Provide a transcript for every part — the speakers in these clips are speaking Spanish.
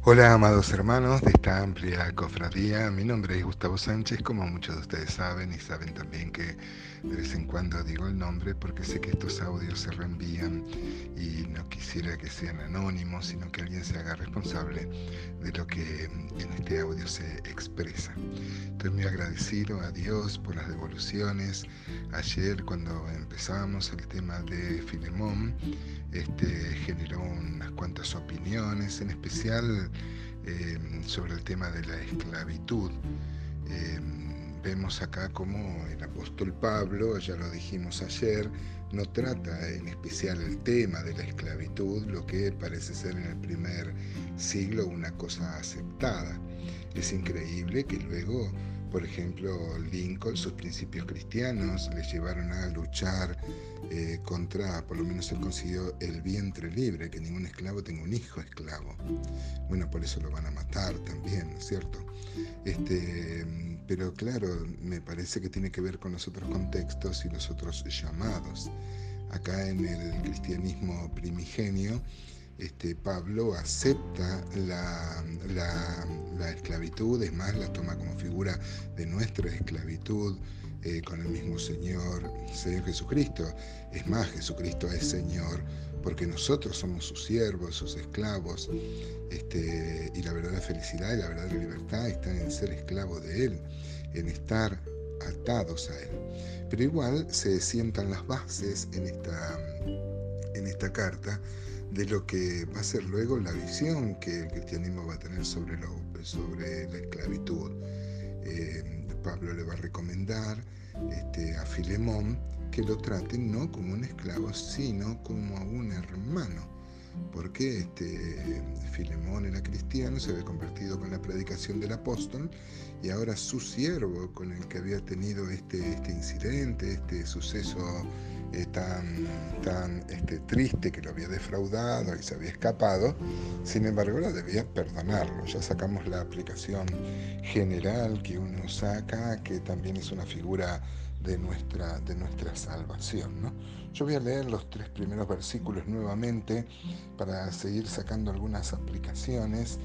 Hola, amados hermanos de esta amplia cofradía. Mi nombre es Gustavo Sánchez, como muchos de ustedes saben, y saben también que de vez en cuando digo el nombre porque sé que estos audios se reenvían y no quisiera que sean anónimos, sino que alguien se haga responsable de lo que en este audio se expresa. Estoy muy agradecido a Dios por las devoluciones. Ayer, cuando empezamos el tema de Filemón, generó unas cuantas opiniones, en especial sobre el tema de la esclavitud. Eh, Vemos acá como el apóstol Pablo, ya lo dijimos ayer, no trata en especial el tema de la esclavitud, lo que parece ser en el primer siglo una cosa aceptada. Es increíble que luego, por ejemplo, Lincoln, sus principios cristianos le llevaron a luchar contra, por lo menos él consiguió el vientre libre, que ningún esclavo tenga un hijo esclavo. Bueno, por eso lo van a matar también, ¿no es cierto? Pero claro, me parece que tiene que ver con los otros contextos y los otros llamados. Acá en el cristianismo primigenio, Pablo acepta la esclavitud, es más, la toma como figura de nuestra esclavitud con el mismo Señor Jesucristo. Es más, Jesucristo es Señor porque nosotros somos sus siervos, sus esclavos, y la verdadera felicidad y la verdadera libertad están en ser esclavos de Él, en estar atados a Él. Pero igual se sientan las bases en esta carta de lo que va a ser luego la visión que el cristianismo va a tener sobre la esclavitud. Pablo le va a recomendar a Filemón que lo traten no como un esclavo, sino como a un hermano. Porque Filemón era cristiano, se había convertido con la predicación del apóstol, y ahora su siervo, con el que había tenido este incidente, este suceso tan triste, que lo había defraudado y se había escapado, sin embargo ahora debía perdonarlo. Ya sacamos la aplicación general que uno saca, que también es una figura de nuestra salvación, ¿no? Yo voy a leer los 3 primeros versículos nuevamente para seguir sacando algunas aplicaciones.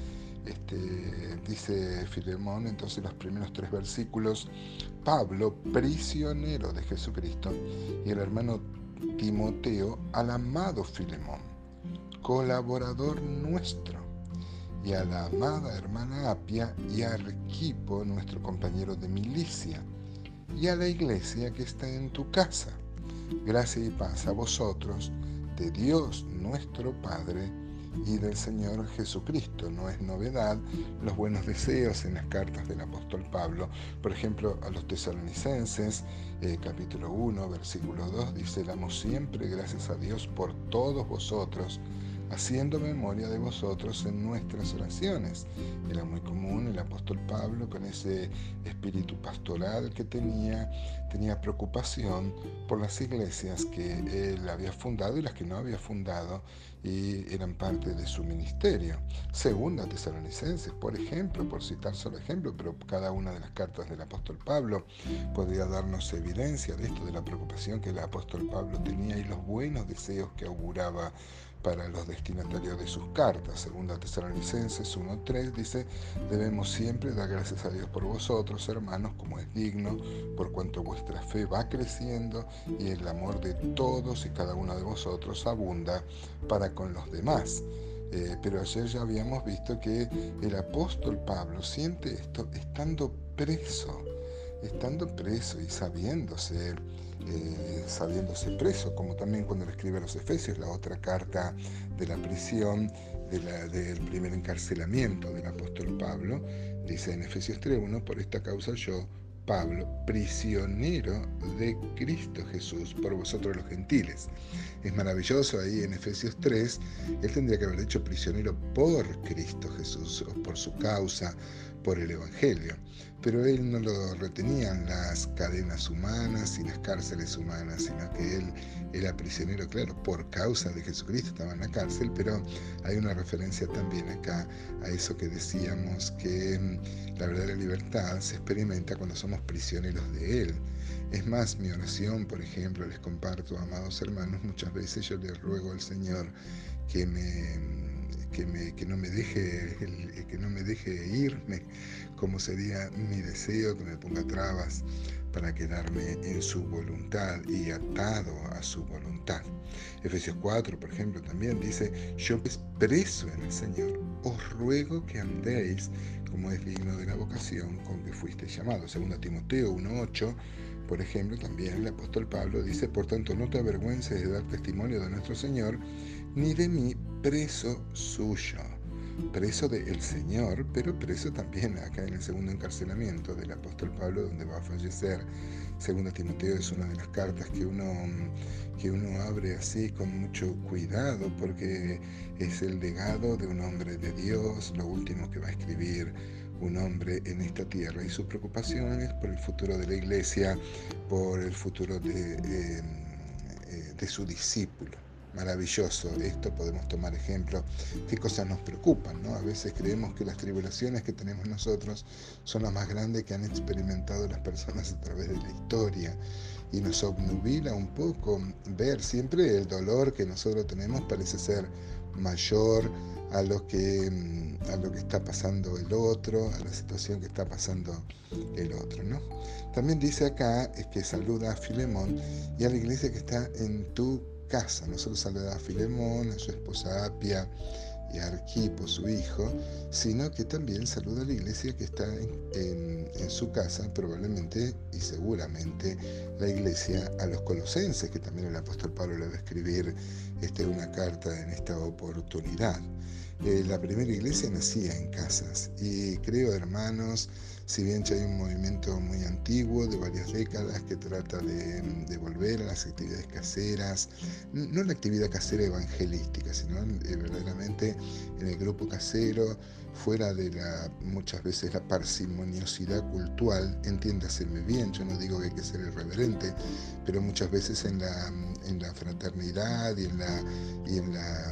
Dice Filemón, entonces los primeros 3 versículos: Pablo, prisionero de Jesucristo, y el hermano Timoteo, al amado Filemón, colaborador nuestro, y a la amada hermana Apia y a Arquipo, nuestro compañero de milicia, y a la iglesia que está en tu casa. Gracia y paz a vosotros, de Dios nuestro Padre y del Señor Jesucristo. No es novedad los buenos deseos en las cartas del apóstol Pablo. Por ejemplo, a los tesalonicenses, capítulo 1, versículo 2, dice: damos siempre gracias a Dios por todos vosotros, haciendo memoria de vosotros en nuestras oraciones. Era muy común el apóstol Pablo, con ese espíritu pastoral que tenía preocupación por las iglesias que él había fundado y las que no había fundado y eran parte de su ministerio. Segunda Tesalonicenses, por ejemplo, por citar solo ejemplo, pero cada una de las cartas del apóstol Pablo podría darnos evidencia de esto, de la preocupación que el apóstol Pablo tenía y los buenos deseos que auguraba para los destinatarios de sus cartas. Segunda Tesalonicenses 1:3 dice: debemos siempre dar gracias a Dios por vosotros, hermanos, como es digno, por cuanto vuestra fe va creciendo y el amor de todos y cada uno de vosotros abunda para con los demás. Pero ayer ya habíamos visto que el apóstol Pablo siente esto estando preso y sabiéndose preso, como también cuando le escribe a los Efesios, la otra carta de la prisión, del primer encarcelamiento del apóstol Pablo. Dice en Efesios 3:1: por esta causa yo, Pablo, prisionero de Cristo Jesús, por vosotros los gentiles. Es maravilloso ahí en Efesios 3, él tendría que haber dicho prisionero por Cristo Jesús, o por su causa, por el Evangelio. Pero él no lo retenían las cadenas humanas y las cárceles humanas, sino que él era prisionero, claro, por causa de Jesucristo, estaba en la cárcel, pero hay una referencia también acá a eso que decíamos, que la verdadera libertad se experimenta cuando somos prisioneros de Él. Es más, mi oración, por ejemplo, les comparto, amados hermanos, muchas veces yo le ruego al Señor que que no me deje irme, como sería mi deseo, que me ponga trabas para quedarme en su voluntad y atado a su voluntad. Efesios 4, por ejemplo, también dice: yo preso en el Señor, os ruego que andéis como es digno de la vocación con que fuisteis llamados. 2 Timoteo 1:8, por ejemplo, también el apóstol Pablo dice: por tanto, no te avergüences de dar testimonio de nuestro Señor, ni de mí, preso suyo. Preso del Señor, pero preso también acá en el segundo encarcelamiento del apóstol Pablo, donde va a fallecer. 2 Timoteo es una de las cartas que uno abre así con mucho cuidado, porque es el legado de un hombre de Dios, lo último que va a escribir un hombre en esta tierra, y su preocupación es por el futuro de la iglesia, por el futuro de su discípulo. Maravilloso, esto podemos tomar ejemplo, qué cosas nos preocupan, ¿no? A veces creemos que las tribulaciones que tenemos nosotros son las más grandes que han experimentado las personas a través de la historia, y nos obnubila un poco ver siempre el dolor que nosotros tenemos parece ser mayor a lo que está pasando el otro, a la situación que está pasando el otro, ¿no? También dice acá que saluda a Filemón y a la iglesia que está en tu casa. No solo saluda a Filemón, a su esposa Apia y a Arquipo, su hijo, sino que también saluda a la iglesia que está en su casa, probablemente y seguramente la iglesia a los colosenses, que también el apóstol Pablo le va a escribir una carta en esta oportunidad. La primera iglesia nacía en casas, y creo, hermanos, si bien ya hay un movimiento muy antiguo de varias décadas que trata de volver a las actividades caseras, no la actividad casera evangelística, sino verdaderamente en el grupo casero, fuera de muchas veces la parsimoniosidad cultural, entiéndaseme bien, yo no digo que hay que ser irreverente, pero muchas veces en la fraternidad y en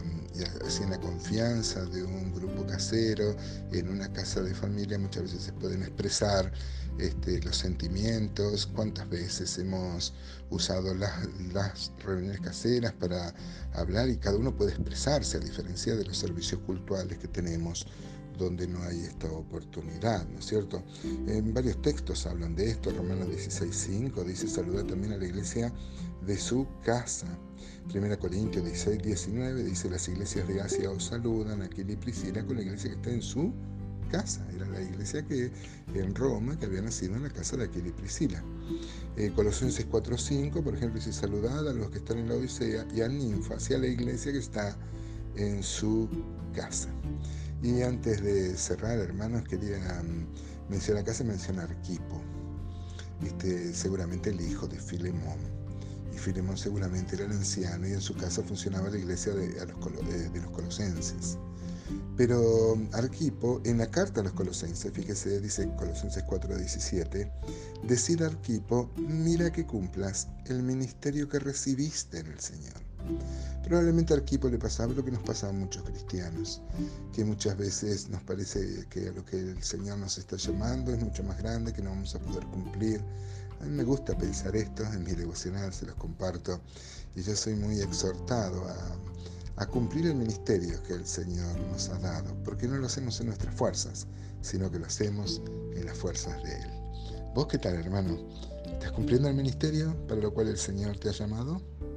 la confianza de un grupo casero, en una casa de familia, muchas veces se pueden expresar los sentimientos. ¿Cuántas veces hemos usado las reuniones caseras para hablar, y cada uno puede expresarse, a diferencia de los servicios cultuales que tenemos donde no hay esta oportunidad, ¿no es cierto? En varios textos hablan de esto. Romanos 16:5 dice: saluda también a la iglesia de su casa. 1 Corintios 16:19 dice: las iglesias de Asia os saludan, Aquila y Priscila, con la iglesia que está en su casa. Era la iglesia que en Roma, que había nacido en la casa de Aquila y Priscila. Colosenses 4:5, por ejemplo, dice: saludad a los que están en la Odisea y a Ninfa, hacia la iglesia que está en su casa. Y antes de cerrar, hermanos, quería mencionar, acá se menciona Arquipo, seguramente el hijo de Filemón, y Filemón seguramente era el anciano, y en su casa funcionaba la iglesia de los colosenses. Pero Arquipo, en la carta a los colosenses, fíjese, dice Colosenses 4:17, decid a Arquipo: mira que cumplas el ministerio que recibiste en el Señor. Probablemente a Arquipo le pasaba lo que nos pasa a muchos cristianos, que muchas veces nos parece que a lo que el Señor nos está llamando es mucho más grande, que no vamos a poder cumplir. A mí me gusta pensar esto, en mi devocional se los comparto, y yo soy muy exhortado a cumplir el ministerio que el Señor nos ha dado, porque no lo hacemos en nuestras fuerzas, sino que lo hacemos en las fuerzas de Él. ¿Vos qué tal, hermano? ¿Estás cumpliendo el ministerio para lo cual el Señor te ha llamado?